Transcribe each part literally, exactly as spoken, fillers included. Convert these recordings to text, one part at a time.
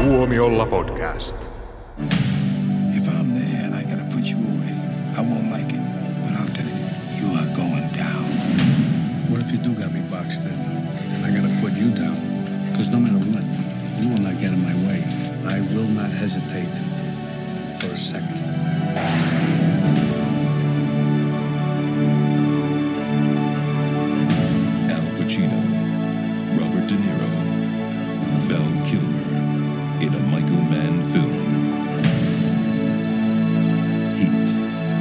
Tuomiolla podcast. If I'm there and I gotta put you away, I won't like it. But I'll tell you, you are going down. What if you do got me boxed in and I gotta put you down? Because no matter what, you will not get in my way. I will not hesitate for a second. Al Pacino, Robert De Niro, Val Kilmer in a Michael Mann film. Heat.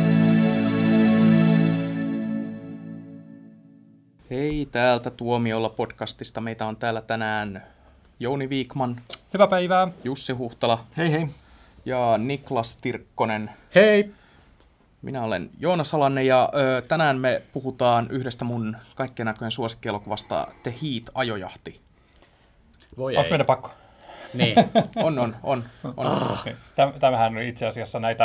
Hei, täältä Tuomiolla podcastista. Meitä on täällä tänään Jouni Viikman, Hyvää päivää. Jussi Huhtala Hei hei. ja Niklas Tirkkonen. Hei. Minä olen Joona Salanne ja ö, tänään me puhutaan yhdestä mun kaikkien aikojen suosikkielokuvasta The Heat, ajojahti. Voi Onko meidän pakko? Niin. On, on, on. on. Oh. Täm, tämähän on itse asiassa näitä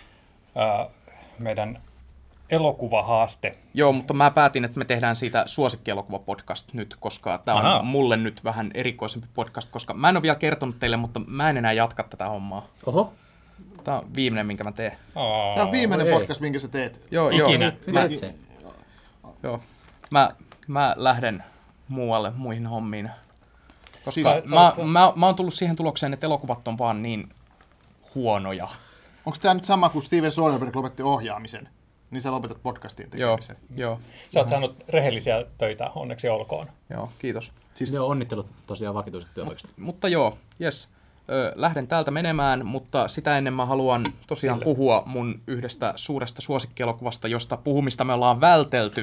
äh, meidän elokuvahaaste. Joo, mutta mä päätin, että me tehdään siitä suosikkielokuvapodcast nyt, koska tämä on Aha. mulle nyt vähän erikoisempi podcast, koska mä en ole vielä kertonut teille, mutta mä en enää jatka tätä hommaa. Oho. Tämä on viimeinen, minkä mä teen. Oh. Tämä on viimeinen Ei. podcast, minkä sä teet. Joo, Ikinä. joo. Mitä Mä, se? joo. Mä, mä lähden muualle muihin hommiin. Koska Siis, mä, mä, mä oon tullut siihen tulokseen, että elokuvat on vaan niin huonoja. Onko tämä nyt sama kuin Steven Soderbergh lopetti ohjaamisen? Niin sä lopetat podcastin Joo, tekemisen. joo, Sä oot saanut rehellisiä töitä, onneksi olkoon. joo, kiitos. Siis, Joo, onnittelut tosiaan vakituisesta työpaikasta. Mutta joo, jes. Ö, lähden täältä menemään, mutta sitä ennen mä haluan tosiaan Sille. puhua mun yhdestä suuresta suosikkielokuvasta, josta puhumista me ollaan vältelty.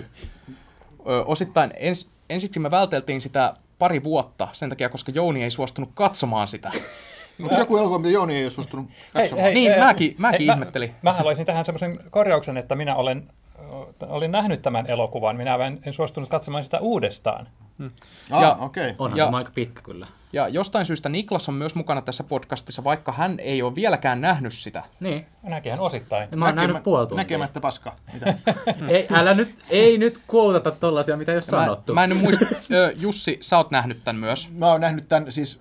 Ö, osittain ens, ensiksi me välteltiin sitä pari vuotta sen takia, koska Jouni ei suostunut katsomaan sitä. onko joku elokuva, mitä Jouni ei ole suostunut katsomaan? Niin, eh, mäkin- mäkin mä- ihmettelin. Mä haluaisin tähän semmoisen korjauksen, että minä olen, olin nähnyt tämän elokuvan, minä en, en suostunut katsomaan sitä uudestaan. Ah, ja- okei. Onhan Ja- tämä aika pitkä kyllä. Ja jostain syystä Niklas on myös mukana tässä podcastissa, vaikka hän ei ole vieläkään nähnyt sitä. Niin. Näkihän osittain. Ja mä oon nähnyt puoli tuntia. Näkemättä paska. Mitä? Ei, älä nyt, ei nyt quotata tollasia, mitä ei ole Mä, sanottu. mä en nyt muista, ö, Jussi, sä oot nähnyt tämän myös. Mä oon nähnyt tämän siis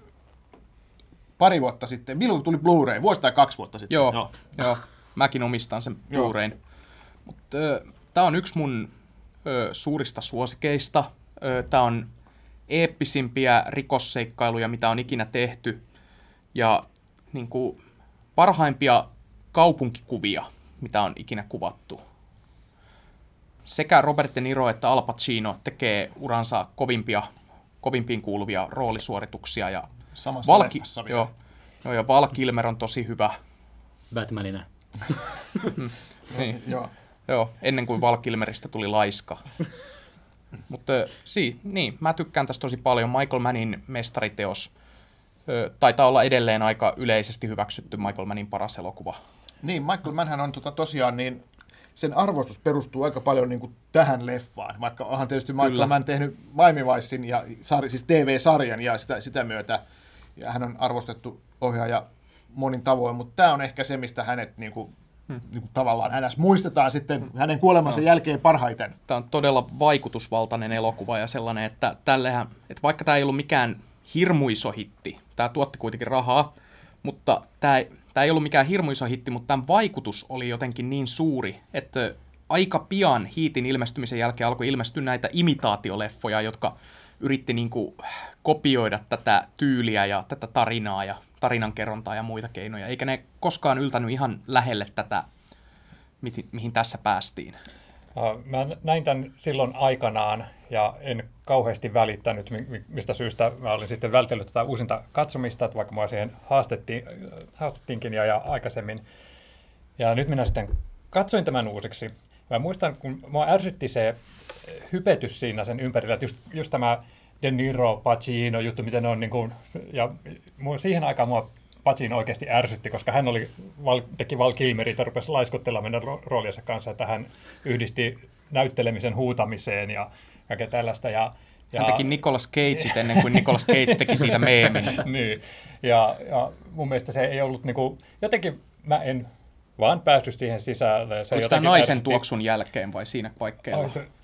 pari vuotta sitten. Milloin tuli Blu-ray? Vuosi tai kaksi vuotta sitten. Joo, joo. joo. Mäkin omistan sen Joo. Blu-rayn. Mutta tää on yksi mun ö, suurista suosikeista. Ö, tää on eeppisimpiä rikosseikkailuja, mitä on ikinä tehty. Ja niin kuin, parhaimpia kaupunkikuvia, mitä on ikinä kuvattu. Sekä Robert De Niro että Al Pacino tekee uransa kovimpia, kovimpiin kuuluvia roolisuorituksia. Ja Samassa Val, leffassa vielä. joo, joo, ja Val Kilmer on tosi hyvä. Batmanina. Niin. Joo. Joo, ennen kuin Val Kilmeristä tuli laiska. Mutta si, niin, mä tykkään tästä tosi paljon. Michael Mannin mestariteos ö, taitaa olla edelleen aika yleisesti hyväksytty Michael Mannin paras elokuva. Niin, Michael Mannhän on tota, tosiaan niin, sen arvostus perustuu aika paljon niin kuin tähän leffaan. Vaikka onhan tietysti Michael Kyllä. Mann tehnyt Miami Vicein ja sari, siis T V-sarjan ja sitä, sitä myötä. Ja hän on arvostettu ohjaaja monin tavoin, mutta tämä on ehkä se, mistä hänet niin kuin, hmm. niin kuin tavallaan hänes muistetaan sitten hmm. hänen kuolemansa no. jälkeen parhaiten. Tämä on todella vaikutusvaltainen elokuva ja sellainen, että, tällehän, että vaikka tämä ei ollut mikään hirmu iso hitti, tämä tuotti kuitenkin rahaa, mutta tämä ei, tämä ei ollut mikään hirmu iso hitti, mutta tämän vaikutus oli jotenkin niin suuri, että aika pian Heatin ilmestymisen jälkeen alkoi ilmestyä näitä imitaatioleffoja, jotka yritti niin kuin kopioida tätä tyyliä ja tätä tarinaa ja tarinankerrontaa ja muita keinoja, eikä ne koskaan yltänyt ihan lähelle tätä, mihin, mihin tässä päästiin. Mä näin tämän silloin aikanaan ja en kauheasti välittänyt, mistä syystä mä olin sitten vältellyt tätä uusinta katsomista, että vaikka mua siihen haastettiin, haastettiinkin ja, ja aikaisemmin. Ja nyt minä sitten katsoin tämän uusiksi. Mä muistan, kun mua ärsytti se hypetys siinä sen ympärillä, että just, just tämä De Niro, Pacino juttu, miten ne on niin kuin, ja siihen aikaan mua Pacino oikeasti ärsytti, koska hän oli, teki Val Kilmerin ja rupesi laiskuttelemaan meidän rooliensa kanssa, että hän yhdisti näyttelemisen huutamiseen ja kaikkea tällaista. Ja, ja, Hän teki Nicolas Cageit ennen kuin Nicolas Cage teki siitä meemin. niin, ja, ja mun mielestä se ei ollut, niin kuin, jotenkin mä en vaan päässyt siihen sisälle. Se Oliko tämä naisen ärsytti. Tuoksun jälkeen vai siinä paikkeilla?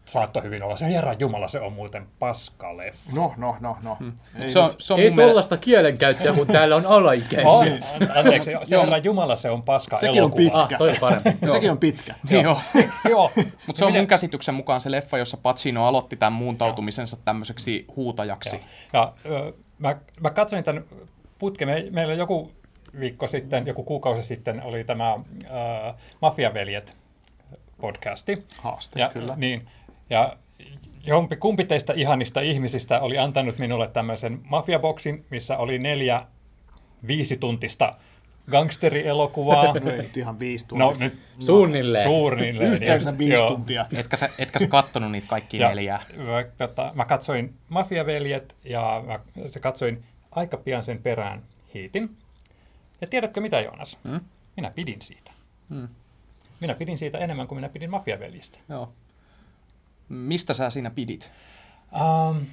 saattoi hyvin olla. Se herran jumala, se on muuten paskaleffa. No, no, no, no. Hmm. Ei, se on, se on Ei mun mielestä- tollaista kielenkäyttöä, kun täällä on alaikäisiä. On, an- anteeksi, se herran jumala, se on paska Sekin on elokuva. pitkä. Ah, toi on parempi. Ja sekin on pitkä. Joo. Joo. Mutta se on mun käsityksen mukaan se leffa, jossa Pacino aloitti tämän muuntautumisensa tämmöiseksi huutajaksi. Ja ö, mä, mä katsoin tämän putken. Me, meillä joku viikko sitten, joku kuukausi sitten oli tämä ö, Mafiaveljet podcasti. Haaste, ja, kyllä. Niin, ja jompi kumpi teistä ihanista ihmisistä oli antanut minulle tämmöisen mafiaboksin, missä oli neljä viisituntista gangsterielokuvaa. No ei nyt ihan viisi No tuntia. nyt Suunnilleen. suunnilleen. Yhteensä viisi Joo. tuntia. Etkä sä, etkä sä kattonut niitä kaikkia Ja, neljää? Mä, tota, mä katsoin Mafiaveljet ja mä se katsoin aika pian sen perään Heatin. Ja tiedätkö mitä, Joonas? Hmm? Minä pidin siitä. Hmm. Minä pidin siitä enemmän kuin minä pidin Mafiaveljistä. Joo. Mistä sä siinä pidit? Um,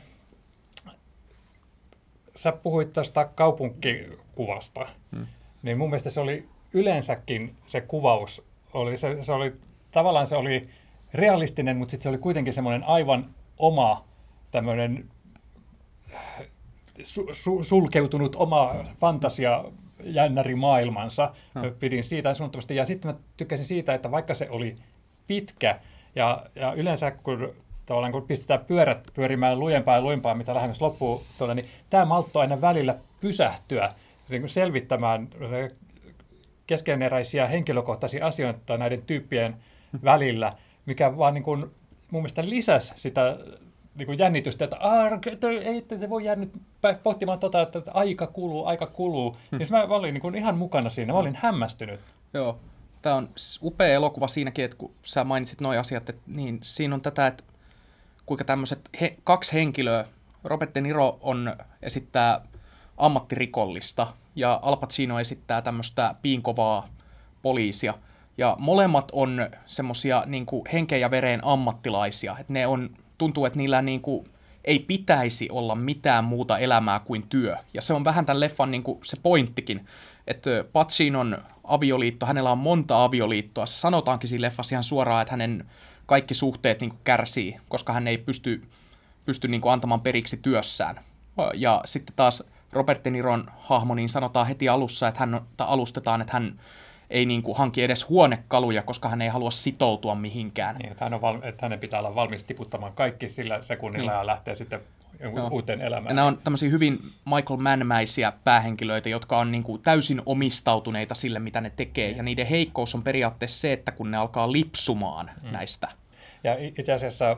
sä puhuit tästä kaupunkikuvasta. Hmm. Niin mun mielestä se oli yleensäkin se kuvaus. Oli, se, se oli, tavallaan se oli realistinen, mutta sitten se oli kuitenkin semmoinen aivan oma tämmöinen su, su, sulkeutunut oma fantasia jännäri maailmansa. Hmm. Pidin siitä suunnattomasti. Ja sitten mä tykkäsin siitä, että vaikka se oli pitkä ja, ja yleensä kun tavallaan kun pistetään pyörät pyörimään lujempaa ja lujempaa, mitä lähemmäs loppuu, tuolla, niin tämä malttoi aina välillä pysähtyä niin kuin selvittämään keskeneräisiä henkilökohtaisia asioita näiden tyyppien välillä, mikä vaan niin kuin, mun mielestä lisäsi sitä niin kuin jännitystä, että ei te voi jäädä nyt pohtimaan tota, että aika kuluu, aika kuluu. Hmm. Niin mä olin niin kuin ihan mukana siinä, mä olin hämmästynyt. Joo. Tämä on upea elokuva siinäkin, että kun sä mainitsit nuo asiat, että niin siinä on tätä, että kuinka tämmöiset he, kaksi henkilöä, Robert De Niro on, esittää ammattirikollista ja Al Pacino esittää tämmöistä piinkovaa poliisia. Ja molemmat on semmoisia niin kuin henkeen ja vereen ammattilaisia. Että ne on, tuntuu, että niillä niin kuin ei pitäisi olla mitään muuta elämää kuin työ. Ja se on vähän tämän leffan niin kuin se pointtikin, että Pacinon avioliitto, hänellä on monta avioliittoa. Se sanotaankin siinä leffassa ihan suoraan, että hänen kaikki suhteet niin kuin kärsii, koska hän ei pysty, pysty niin kuin antamaan periksi työssään. Ja sitten taas Robert De Niron hahmo, niin sanotaan heti alussa, että hän, tai alustetaan, että hän ei niin kuin hanki edes huonekaluja, koska hän ei halua sitoutua mihinkään. Niin, että, hän on val- että hänen pitää olla valmis tiputtamaan kaikki sillä sekunnilla niin. Ja lähtee sitten Joo. uuteen elämään. Ja nämä on tämmöisiä hyvin Michael Mann-mäisiä päähenkilöitä, jotka on niin kuin täysin omistautuneita sille, mitä ne tekee. Ja niiden heikkous on periaatteessa se, että kun ne alkaa lipsumaan mm. näistä. Ja itse asiassa äh,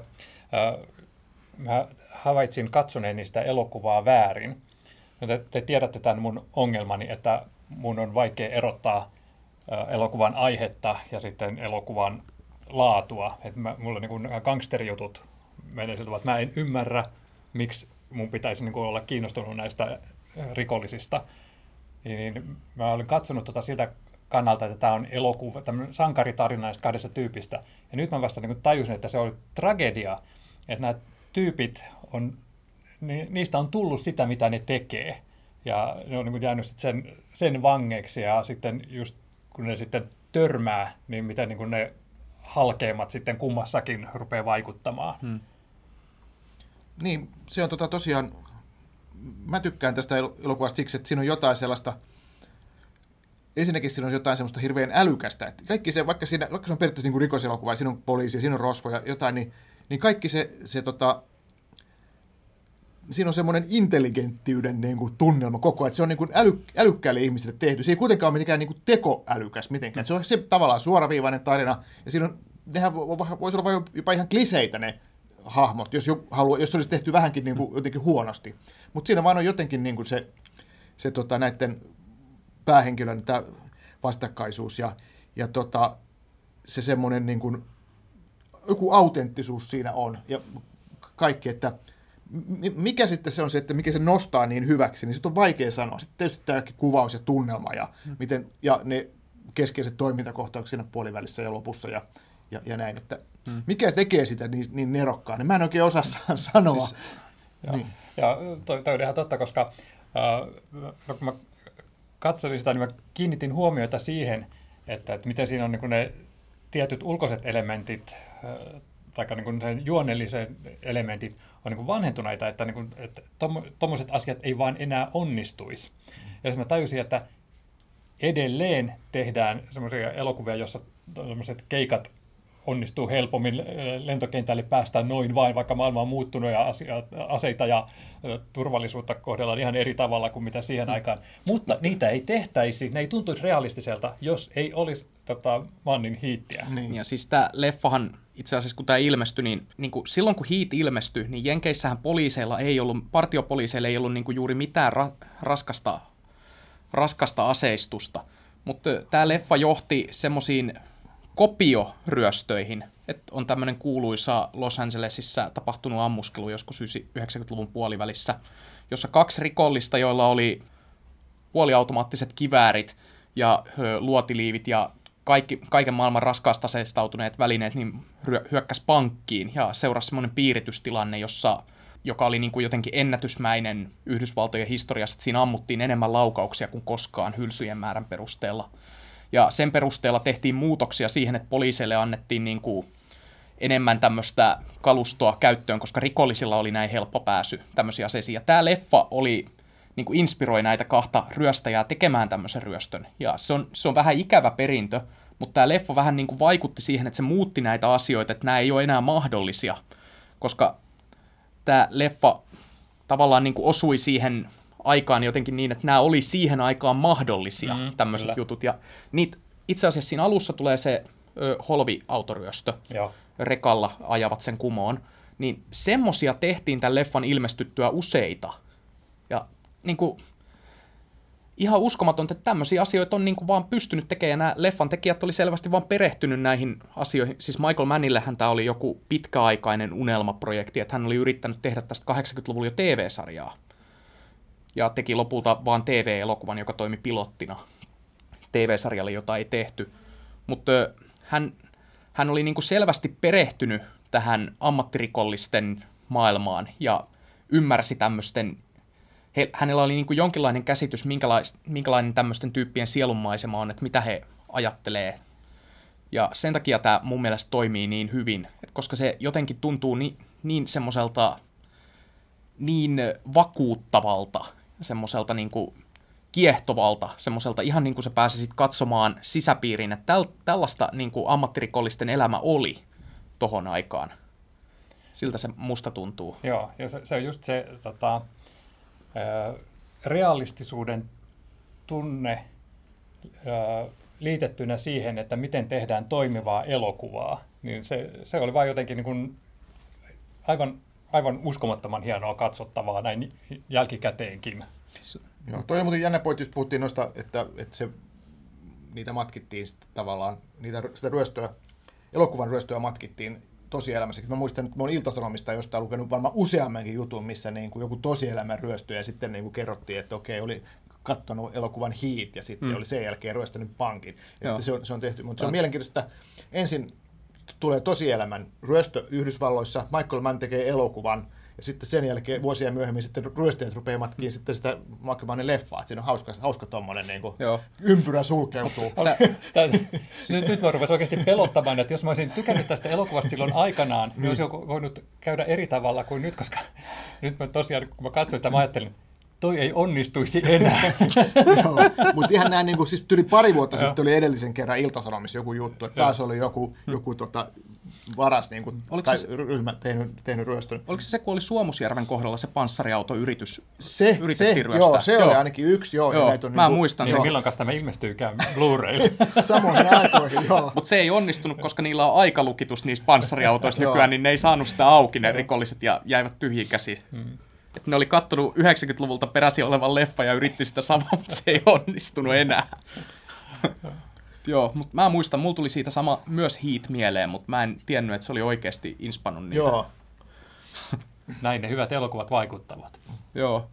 mä havaitsin katsoneeni sitä elokuvaa väärin. Te, te tiedätte tämän mun ongelmani, että mun on vaikea erottaa äh, elokuvan aihetta ja sitten elokuvan laatua. Et mä, mulla niin kuin gangsterijutut menee siltä, että mä en ymmärrä, miksi mun pitäisi niin kuin olla kiinnostunut näistä rikollisista. Niin mä olin katsonut tota siltä kannalta, että tämä on elokuva, tämmöinen sankaritarina näistä kahdesta tyypistä. Ja nyt mä vasta niin kuin tajusin, että se oli tragedia, että nämä tyypit on, niistä on tullut sitä, mitä ne tekee. Ja ne on niin kuin jäänyt sen, sen vangeiksi ja sitten just kun ne sitten törmää, niin miten niin kuin ne halkeimmat sitten kummassakin rupeaa vaikuttamaan. Hmm. Niin, se on tota tosiaan, mä tykkään tästä elokuvasta siksi, että siinä on jotain sellaista, ensinnäkin siinä on jotain semmoista hirveän älykästä, että kaikki se, vaikka, siinä, vaikka se on periaatteessa niin kuin rikoselokuva, siinä on poliisi, siinä on rosvoja, jotain, niin, niin kaikki se, se tota, siinä on semmoinen intelligenttiyden niin kuin tunnelma koko ajan, että se on niin kuin äly, älykkäälle ihmisille tehty. Se ei kuitenkaan ole mitenkään niin kuin tekoälykäs mitenkään. Se on se tavallaan suoraviivainen tarina, ja siinä on, nehän voisi olla jopa ihan kliseitä ne hahmot, jos, jo, halua, jos se olisi tehty vähänkin niin kuin, jotenkin huonosti. Mutta siinä vaan on jotenkin niin kuin se, se tota, näiden päähenkilön tämä vastakkaisuus ja, ja tota, se semmoinen niin kuin, joku autenttisuus siinä on ja kaikki, että mikä sitten se on se, että mikä se nostaa niin hyväksi, niin se on vaikea sanoa. Sitten tietysti tämä kuvaus ja tunnelma ja, hmm. miten, ja ne keskeiset toimintakohtaukset siinä puolivälissä ja lopussa ja, ja, ja näin, että hmm. mikä tekee sitä niin, niin nerokkaan, niin mä en oikein osaa sanoa. Siis, ja niin. ja toi, toi on ihan totta, koska äh, kun mä katselin sitä, niin mä kiinnitin huomiota siihen, että, että miten siinä on niin kuin ne tietyt ulkoiset elementit äh, tai niin kuin juonelliset elementit on niin kuin vanhentuneita, että, niin kuin, että tuommoiset asiat ei vaan enää onnistuisi. Ja jos mä tajusin, että edelleen tehdään semmoisia elokuvia, jossa tuommoiset keikat onnistuu helpommin, lentokentälle päästään noin vain, vaikka maailma on muuttunut ja asia, aseita ja turvallisuutta kohdellaan ihan eri tavalla kuin mitä siihen mm. aikaan. Mutta niitä ei tehtäisi, ne ei tuntuisi realistiselta, jos ei olisi tota, Mannin Heatia. Niin. Ja siis tämä leffahan, itse asiassa kun tämä ilmestyi, niin, niin kuin silloin kun Heat ilmestyi, niin Jenkeissähän poliiseilla ei ollut, partiopoliiseilla ei ollut niin kuin juuri mitään ra- raskasta, raskasta aseistusta. Mutta tämä leffa johti semmoisiin kopioryöstöihin. Et on tämmöinen kuuluisa Los Angelesissa tapahtunut ammuskelu joskus yhdeksänkymmentäluvun puolivälissä, jossa kaksi rikollista, joilla oli puoliautomaattiset kiväärit ja ö, luotiliivit ja kaikki, kaiken maailman raskaasta aseistautuneet välineet, niin hyökkäsi pankkiin ja seurasi semmoinen piiritystilanne, jossa, joka oli niin kuin jotenkin ennätysmäinen Yhdysvaltojen historiassa, että siinä ammuttiin enemmän laukauksia kuin koskaan hylsyjen määrän perusteella. Ja sen perusteella tehtiin muutoksia siihen, että poliiseille annettiin niin kuin enemmän tämmöistä kalustoa käyttöön, koska rikollisilla oli näin helppo pääsy tämmöisiä aseisiin. Ja tämä leffa oli, niin kuin inspiroi näitä kahta ryöstäjää tekemään tämmöisen ryöstön. Ja se on, se on vähän ikävä perintö, mutta tämä leffa vähän niin kuin vaikutti siihen, että se muutti näitä asioita, että nämä ei ole enää mahdollisia, koska tämä leffa tavallaan niin kuin osui siihen aikaan jotenkin niin, että nämä oli siihen aikaan mahdollisia, mm, tämmöiset kyllä. jutut. Ja niitä, itse asiassa siinä alussa tulee se ö, holvi-autoryöstö, Joo. rekalla ajavat sen kumoon, niin semmosia tehtiin tämän leffan ilmestyttyä useita. Ja niin kuin, ihan uskomatonta, että tämmöisiä asioita on niin kuin vaan pystynyt tekemään, ja nämä leffan tekijät oli selvästi vaan perehtynyt näihin asioihin. Siis Michael Mannillehän tämä oli joku pitkäaikainen unelmaprojekti, että hän oli yrittänyt tehdä tästä kahdeksankymmentäluvulla jo T V-sarjaa. Ja teki lopulta vaan T V-elokuvan, joka toimi pilottina T V-sarjalle, jota ei tehty. Mutta hän, hän oli niinku selvästi perehtynyt tähän ammattirikollisten maailmaan ja ymmärsi tämmöisten, he, hänellä oli niinku jonkinlainen käsitys, minkälais, minkälainen tämmöisten tyyppien sielunmaisema on, että mitä he ajattelee. Ja sen takia tämä mun mielestä toimii niin hyvin, että koska se jotenkin tuntuu ni, niin semmoiselta, niin vakuuttavalta, semmoiselta niin kuin kiehtovalta, semmoiselta ihan niin kuin sä pääsisit katsomaan sisäpiiriin, että täl, tällaista niin kuin ammattirikollisten elämä oli tohon aikaan. Siltä se musta tuntuu. Joo, ja se, se on just se tota, ää, realistisuuden tunne ää, liitettynä siihen, että miten tehdään toimivaa elokuvaa, niin se, se oli vaan jotenkin niin kuin aivan aivan uskomattoman hienoa katsottavaa näin jälkikäteenkin. Joo, toi on muuten jännä pointti, just puhuttiin noista, että, että se, niitä matkittiin tavallaan, niitä, sitä ryöstöä, elokuvan ryöstöä matkittiin tosielämässä. Mä muistan, että mä oon Ilta-Sanomista jostain lukenut varmaan useammankin jutun, missä niin kuin joku tosielämän ryöstö, ja sitten niin kuin kerrottiin, että okei, oli katsonut elokuvan Heat, ja sitten mm. oli sen jälkeen ryöstänyt pankin. Että se, on, se on tehty, mutta se on mielenkiintoista, että ensin tulee tosielämän ryöstö Yhdysvalloissa, Michael Mann tekee elokuvan, ja sitten sen jälkeen vuosia myöhemmin sitten ryöstäjät rupeaa matkiin sitten sitä Michael Mannin leffaa. Että siinä on hauska, hauska tommoinen niin kuin ympyrä sulkeutuu. Nyt, nyt mä rupesin oikeasti pelottamaan, että jos mä olisin tykännyt tästä elokuvasta silloin aikanaan, niin olisi voinut käydä eri tavalla kuin nyt, koska nyt mä tosiaan, kun mä katsoin sitä, mä ajattelin, toi ei onnistuisi enää. Joo, mutta ihan näin, niin kuin, siis tuli pari vuotta sitten oli edellisen kerran Ilta-Sanomissa joku juttu, että taas oli joku, joku tota, varas niin kuin, tai se, ryhmä tehnyt, tehnyt ryöstön. Oliko se se, kun oli Suomusjärven kohdalla se panssariautoyritys? Se, se, joo, se joo. oli ainakin yksi. Joo, joo, näitä on, mä niin kuin, muistan sen. Milloin tämä ilmestyykään Blu-raylle? Samoin aikoihin, joo. Mutta se ei onnistunut, koska niillä on aikalukitus niissä panssariautoissa nykyään, niin ne ei saanut sitä auki, ne rikolliset, ja jäivät tyhjiin käsiin. Hmm. Että ne oli kattonut yhdeksänkymmentäluvulta peräisin olevan leffa ja yritti sitä samaa, mutta se ei onnistunut enää. Joo, mutta mä muistan, mulla tuli siitä sama myös Heat mieleen, mutta mä en tiennyt, että se oli oikeasti inspannut niitä. Joo. Näin ne hyvät elokuvat vaikuttavat. Joo.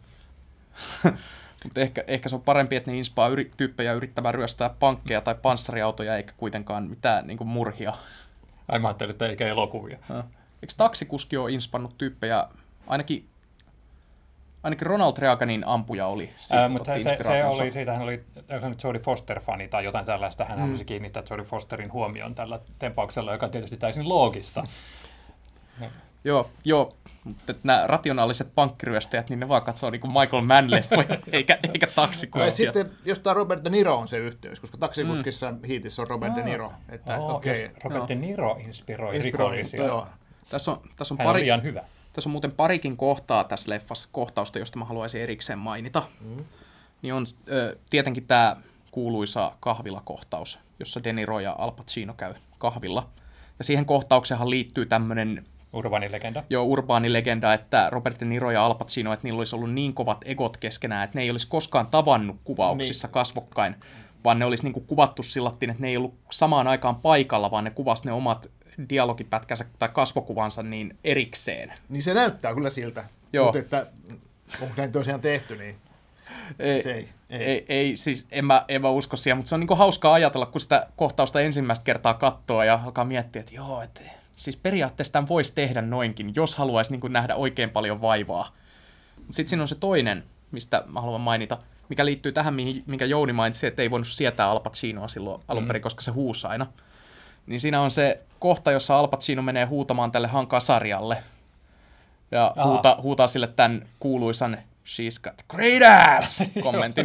Mutta ehkä, ehkä se on parempi, että ne inspaa yri- tyyppejä yrittämään ryöstää pankkeja tai panssariautoja, eikä kuitenkaan mitään niin kuin murhia. Ai mä ajattelin, että eikä elokuvia. Ja. Eikö taksikuski ole inspannut tyyppejä, ainakin Ainakin Ronald Reaganin ampuja oli. Ää, mutta se, se oli, siitähän oli Jodie Foster-fani tai jotain tällaista. Hän mm. halusi kiinnittää Jodie Fosterin huomioon tällä tempauksella, joka on tietysti täysin loogista. Joo, joo. Mutta nämä rationaaliset pankkiryöstäjät, niin ne vaan katsoo niin kuin Michael Mann-leffoja, eikä, eikä taksikuskia. Tai sitten, jos tämä Robert De Niro on se yhteys, koska taksikuskissa mm. Heatissä on Robert De Niro. Että, oh, okay. Robert De Niro inspiroi, inspiroi rikollisia. joo. Tässä on, tässä on Hän pari, on liian hyvä. Tässä on muuten parikin kohtaa tässä leffassa, kohtausta, josta mä haluaisin erikseen mainita. Mm. Niin on ö, tietenkin tämä kuuluisa kahvilakohtaus, jossa De Niro ja Al Pacino käy kahvilla. Ja siihen kohtaukseenhan liittyy tämmöinen urbaani legenda. Joo, urbaani legenda, että Robert De Niro ja Al Pacino, että niillä olisi ollut niin kovat egot keskenään, että ne ei olisi koskaan tavannut kuvauksissa niin. kasvokkain, vaan ne olisi niin kuin kuvattu sillattiin, että ne ei ollut samaan aikaan paikalla, vaan ne kuvasi ne omat dialogipätkänsä tai kasvokuvansa niin erikseen. Niin se näyttää kyllä siltä, Joo. mutta että onko näin tosiaan tehty, niin ei, se ei. Ei, ei, ei siis en mä, en mä usko siihen, mutta se on niin kuin hauskaa ajatella, kun sitä kohtausta ensimmäistä kertaa katsoo ja alkaa miettiä, että joo, että siis periaatteessa tämän voisi tehdä noinkin, jos haluaisi niin kuin nähdä oikein paljon vaivaa. Sitten siinä on se toinen, mistä mä haluan mainita, mikä liittyy tähän, minkä Jouni mainitsi, että ei voinut sietää Al Pacinoa silloin alun perin, mm. koska se huusi aina. Niin siinä on se kohta, jossa Al Pacino menee huutamaan tälle Hank Azarialle. Ja huuta, huutaa sille tämän kuuluisan "She's got great ass" kommentin.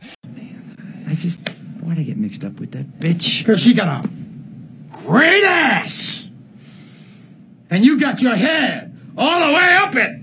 I just want to get mixed up with that bitch. Because she got a great ass! And you got your head all the way up it!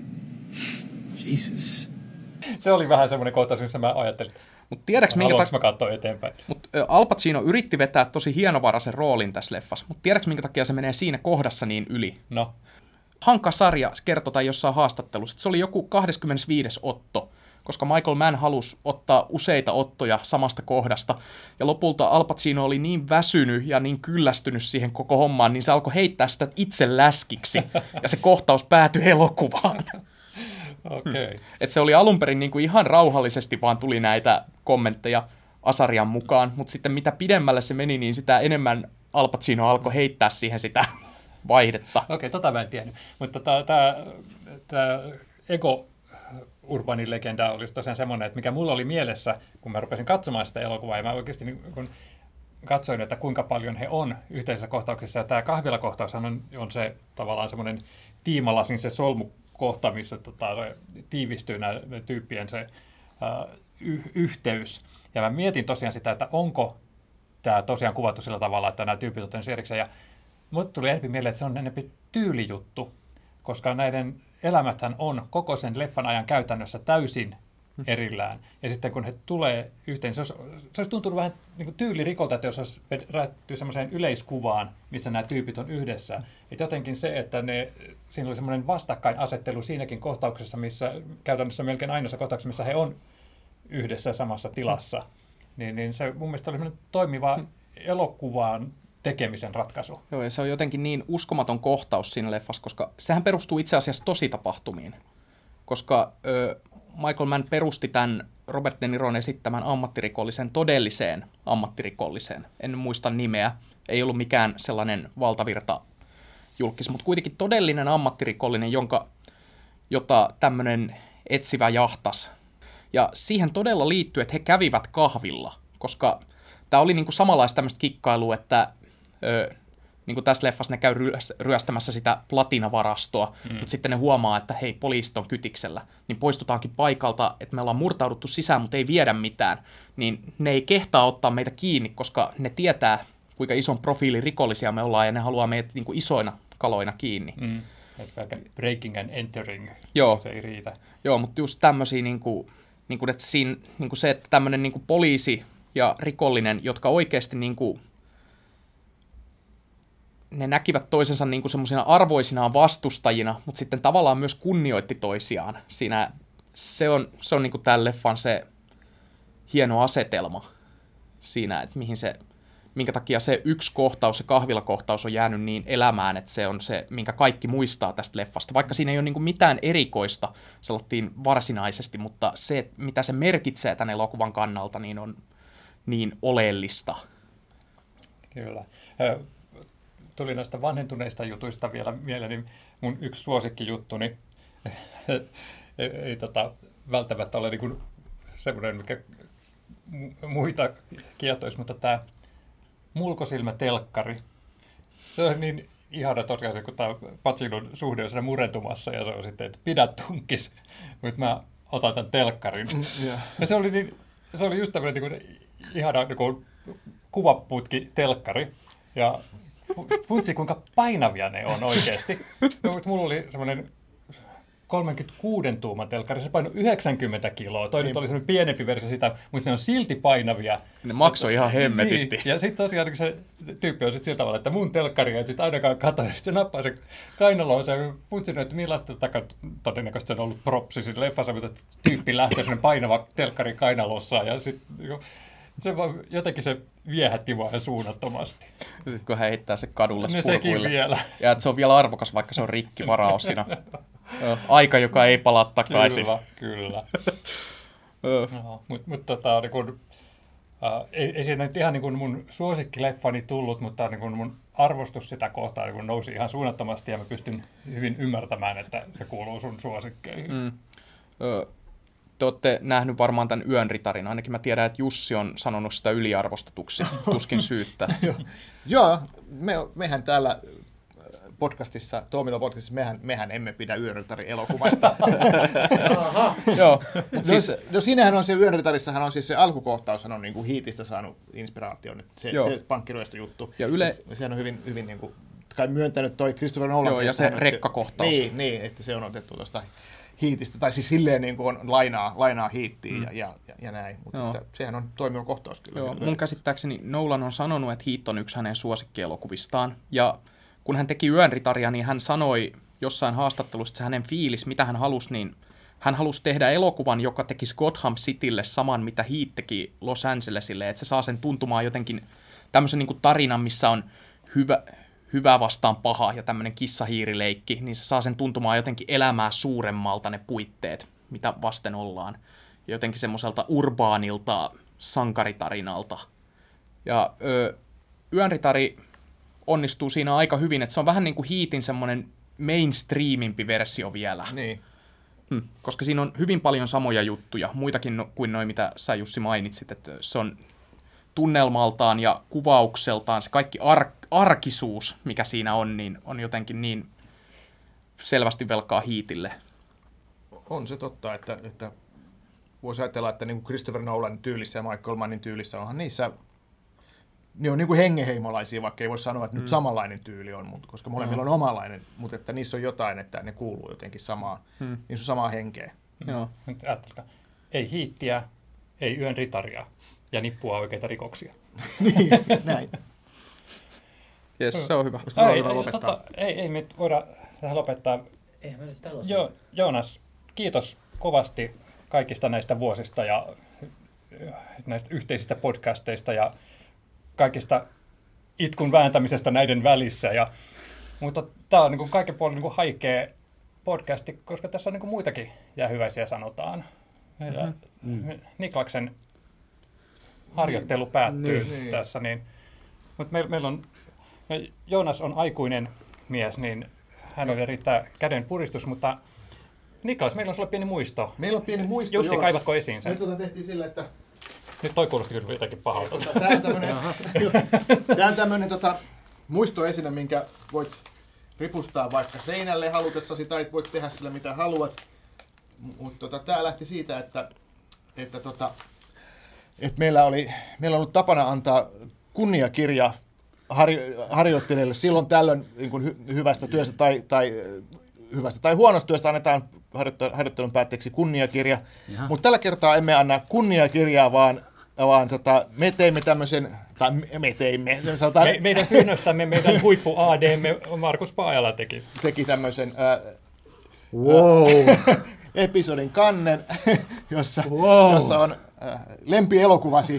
Jesus. Se oli vähän semmoinen kohtaus, jossa mä ajattelin. Mut tiedäks, minkä haluanko mä katsoa eteenpäin? Mut Al Pacino yritti vetää tosi hienovaraisen roolin tässä leffassa, mutta tiedäks, minkä takia se menee siinä kohdassa niin yli? No. Hank Azaria kertoi tai jossain haastattelussa, että se oli joku kaksikymmentäviides otto, koska Michael Mann halusi ottaa useita ottoja samasta kohdasta, ja lopulta Al Pacino oli niin väsynyt ja niin kyllästynyt siihen koko hommaan, niin se alkoi heittää sitä itse läskiksi, ja se kohtaus päätyi elokuvaan. Okay. Et se oli alun perin niin kuin ihan rauhallisesti vaan tuli näitä kommentteja Azarian mukaan, mutta sitten mitä pidemmälle se meni, niin sitä enemmän Al Pacino alkoi heittää siihen sitä vaihdetta. Okei, okay, tota mä en tiennyt. Mutta tämä ego urbaani legenda olisi tosiaan semmoinen, että mikä mulla oli mielessä, kun mä rupesin katsomaan sitä elokuvaa, ja mä oikeasti niin, kun katsoin, että kuinka paljon he on yhteisessä kohtauksessa, ja tämä kahvilakohtaushan on, on se tavallaan semmoinen tiimalasin se solmukohta, missä tota, tiivistyy näiden tyyppien se äh, y- yhteys. Ja mä mietin tosiaan sitä, että onko tämä tosiaan kuvattu sillä tavalla, että nämä tyypit on erikseen, ja mut tuli enemmän mieleen, että se on enemmän tyylijuttu, koska näiden elämäthän on koko sen leffan ajan käytännössä täysin erillään. Ja sitten kun he tulee yhteen, se olisi, se olisi tuntunut vähän niin kuin tyylirikolta, että jos olisi räätty semmoiseen yleiskuvaan, missä nämä tyypit on yhdessä. Että jotenkin se, että ne, siinä oli semmoinen vastakkainasettelu siinäkin kohtauksessa, missä käytännössä melkein ainoassa kohtauksessa, missä he on yhdessä samassa tilassa, niin, niin se mun mielestä oli semmoinen toimiva elokuvaan tekemisen ratkaisu. Joo, ja se on jotenkin niin uskomaton kohtaus siinä leffassa, koska sehän perustuu itse asiassa tositapahtumiin. Koska ö, Michael Mann perusti tämän Robert De Niron esittämän ammattirikollisen todelliseen ammattirikolliseen. En muista nimeä. Ei ollut mikään sellainen valtavirta julkis, mutta kuitenkin todellinen ammattirikollinen, jonka, jota tämmöinen etsivä jahtas. Ja siihen todella liittyy, että he kävivät kahvilla, koska tämä oli niinku samanlaista tämmöistä kikkailua, että Öö, niin kuin tässä leffassa ne käy ryöstämässä sitä platinavarastoa, mm. mutta sitten ne huomaa, että hei, poliisit on kytiksellä, niin poistutaankin paikalta, että me ollaan murtauduttu sisään, mutta ei viedä mitään, niin ne ei kehtaa ottaa meitä kiinni, koska ne tietää, kuinka ison profiilin rikollisia me ollaan, ja ne haluaa meitä niin kuin isoina kaloina kiinni. Mm. Breaking and entering, Joo. Se ei riitä. Joo, mutta just tämmöisiä, niin kuin, niin kuin, että siinä, niin kuin se, että tämmöinen niin kuin poliisi ja rikollinen, jotka oikeasti niin kuin ne näkivät toisensa niin kuin semmoisina arvoisinaan vastustajina, mutta sitten tavallaan myös kunnioitti toisiaan. Siinä se on, se on niin kuin tämän leffan se hieno asetelma siinä, että mihin se, minkä takia se yksi kohtaus, se kahvilakohtaus on jäänyt niin elämään, että se on se, minkä kaikki muistaa tästä leffasta. Vaikka siinä ei ole niin kuin mitään erikoista sellatiin varsinaisesti, mutta se, mitä se merkitsee tämän elokuvan kannalta, niin on niin oleellista. Kyllä. Tuli näistä vanhentuneista jutuista vielä mieleeni mun yksi suosikkijuttu, ei, ei tota, välttämättä ole niin semmoinen, mikä muita kietoisi, mutta tämä mulkosilmätelkkari, se on niin ihana tosiaan, kun tämä Pacinon suhde on siinä murentumassa ja se on sitten, että pidä tunkis, mutta mä otan tämän telkkarin. Yeah. Ja se oli, niin, se oli just tämmöinen niin ihana niin kuvaputki telkkari ja funtsi kuinka painavia ne on oikeasti. Mulla oli semmoinen kolmekymmentäkuuden tuuman telkkari, se painoi yhdeksänkymmentä kiloa. Toi niin. Nyt oli semmoinen pienempi versio sitä, mutta ne on silti painavia. Ne maksoi ihan hemmetisti. Niin. Ja sitten tosiaan se tyyppi on sitten sillä tavalla, että mun telkkari ei sitten ainakaan katso. Sitten se nappaa sen kainaloon, se funtsinut, että millaista takaa todennäköisesti on ollut propsi siinä leffassa, mutta tyyppi lähtee semmoinen painava telkkari kainalossaan ja sitten se vaan, jotenkin se viehätti mua suunnattomasti. Ja sitten kun hän heittää se kadulle ne spurkuille. Vielä. Ja että se on vielä arvokas, vaikka se on rikki varaosina. Aika, joka ei palaa takaisin. Kyllä, kyllä. no, mutta mut, tota, niin kun, äh, ei, ei siinä nyt ihan niin kun mun suosikkileffani tullut, mutta niin kun mun arvostus sitä kohtaa niin kun nousi ihan suunnattomasti ja mä pystyn hyvin ymmärtämään, että se kuuluu sun suosikkeihin. Mm. Ö, te olette nähnyt varmaan tämän Yön ritarin. Ainakin mä tiedän, että Jussi on sanonut sitä yliarvostetuksi, tuskin syyttä. Joo, me, mehän täällä podcastissa, Tuomilo podcastissa, mehän, mehän emme pidä Yön ritarin elokuvasta. Joo, no, siis, no siinähän on se Yön ritarissahan on siis se alkukohtaus, on niin kuin Heatistä saanut inspiraation, se, se pankkiryöstöjuttu. Ja yle... sehän on hyvin, hyvin niin kuin, kai myöntänyt toi Christopher Nolan. Joo, ja se rekkakohtaus. Niin, niin, että se on otettu tuosta Heatistä, tai siis silleen niin kuin on lainaa, lainaa Heatiin mm. ja, ja, ja, ja näin, mutta että sehän on toimiva kohtaus kyllä. Joo, mun käsittääkseni Nolan on sanonut, että Heat on yksi hänen suosikkielokuvistaan, ja kun hän teki Yön ritaria, niin hän sanoi jossain haastattelussa, että se hänen fiilis, mitä hän halusi, niin hän halusi tehdä elokuvan, joka tekisi Gotham Citylle saman, mitä Heat teki Los Angelesille, että se saa sen tuntumaan jotenkin tämmöisen niin kuin tarinan, missä on hyvä, hyvä vastaan paha ja tämmöinen kissahiirileikki, niin se saa sen tuntumaan jotenkin elämää suuremmalta ne puitteet, mitä vasten ollaan. Ja jotenkin semmoiselta urbaanilta sankaritarinalta. Ja ö, Yön ritari onnistuu siinä aika hyvin, että se on vähän niin kuin Heatin semmoinen mainstreamimpi versio vielä. Niin. Hmm. Koska siinä on hyvin paljon samoja juttuja, muitakin no, kuin noi, mitä sä Jussi mainitsit, että se on tunnelmaltaan ja kuvaukseltaan, se kaikki ar- arkisuus, mikä siinä on, niin on jotenkin niin selvästi velkaa Heatille. On se totta, että, että voisi ajatella, että niin kuin Christopher Nolanin tyylissä ja Michael Mannin tyylissä onhan niissä ne on niin kuin hengenheimolaisia, vaikka ei voi sanoa, että nyt mm. samanlainen tyyli on, mutta, koska molemmilla on omanlainen, mutta että niissä on jotain, että ne kuuluu jotenkin samaan, mm. niissä on samaa henkeä. Mm. Joo. Nyt ajattelkaa, ei Heatia, ei Yön ritaria ja nippua oikeita rikoksia. Niin, näin. Jes, se on hyvä. Ei, ei, tota, ei, ei me voida tähän lopettaa. Eihän me nyt tällaisia. Jo, Joonas, kiitos kovasti kaikista näistä vuosista ja näistä yhteisistä podcasteista ja kaikista itkun vääntämisestä näiden välissä. Ja, mutta tämä on niin kuin kaiken puolin niin kuin haikea podcasti, koska tässä on niin kuin muitakin jäähyväisiä sanotaan. Meillä, mm-hmm. Niklaksen harjoittelu päättyy niin, niin. tässä. Niin, mutta meillä meil on, me, Joonas on aikuinen mies, niin hänelle riittää käden puristus, mutta Niklas, meillä on sulle pieni muisto. Meillä on pieni muisto, Jussi, kaivatko esiin sen? Me tuota tehtiin sillä, että nyt toi kuulosti kyllä jotenkin pahalta. Tämä on tämmöinen, tämä on tämmöinen tota, muistoesine, minkä voit ripustaa vaikka seinälle halutessasi tai voit tehdä sillä mitä haluat. Mutta tota, tämä lähti siitä, että, että, tota, että meillä, oli, meillä on ollut tapana antaa kunniakirja harjo, harjoittelijoille silloin tällöin niin kuin hy, hyvästä työstä tai, tai hyvästä tai huonosta työstä annetaan harjoittelun päätteeksi kunniakirja, mutta tällä kertaa emme anna kunniakirjaa, vaan, vaan tota, me teimme tämmöisen, tai me teimme, sanotaan, me, meidän pyynnöstämme meidän huippu A D:mme Markus Paajala teki. Teki tämmöisen äh, wow. äh, episodin kannen, jossa, wow. jossa on äh, lempielokuvasi.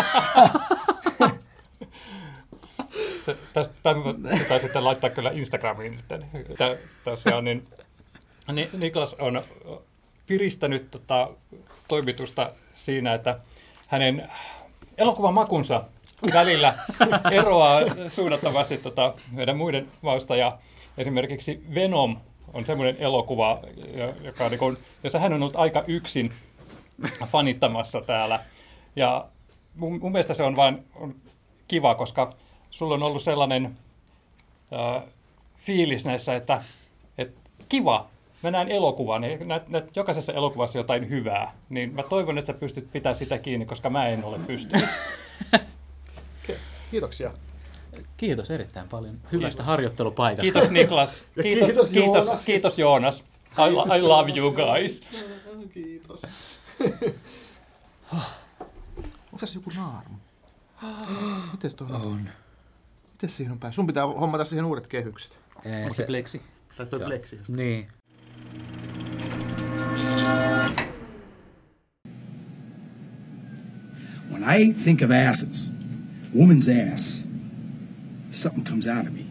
Tämän pitää sitten laittaa kyllä Instagramiin. Tosiaan, niin, Niklas on piristänyt tota, toimitusta siinä, että hänen elokuvan makunsa välillä eroaa suunnattavasti tota, meidän muiden mausta. Ja esimerkiksi Venom on semmoinen elokuva, joka on, niin kuin, jossa hän on ollut aika yksin fanittamassa täällä. Ja mun, mun mielestä se on vain on kiva, koska sulla on ollut sellainen äh, fiilis näissä, että, että kiva, mä näen elokuvan, niin näet, näet jokaisessa elokuvassa jotain hyvää, niin mä toivon, että sä pystyt pitämään sitä kiinni, koska mä en ole pystynyt. Kiitoksia. Kiitos erittäin paljon hyvästä harjoittelupaikasta. Kiitos Niklas. Kiitos, kiitos, kiitos, Joonas. kiitos Joonas. I, I love you guys. Kiitos. Onko tässä joku naarmu? Mites toi on? On. Mites siihen on päässyt? Sun pitää hommata siihen uudet kehykset. Onko se pleksi? Tai toi pleksi. Just. Niin. When I think of asses, woman's ass, something comes out of me.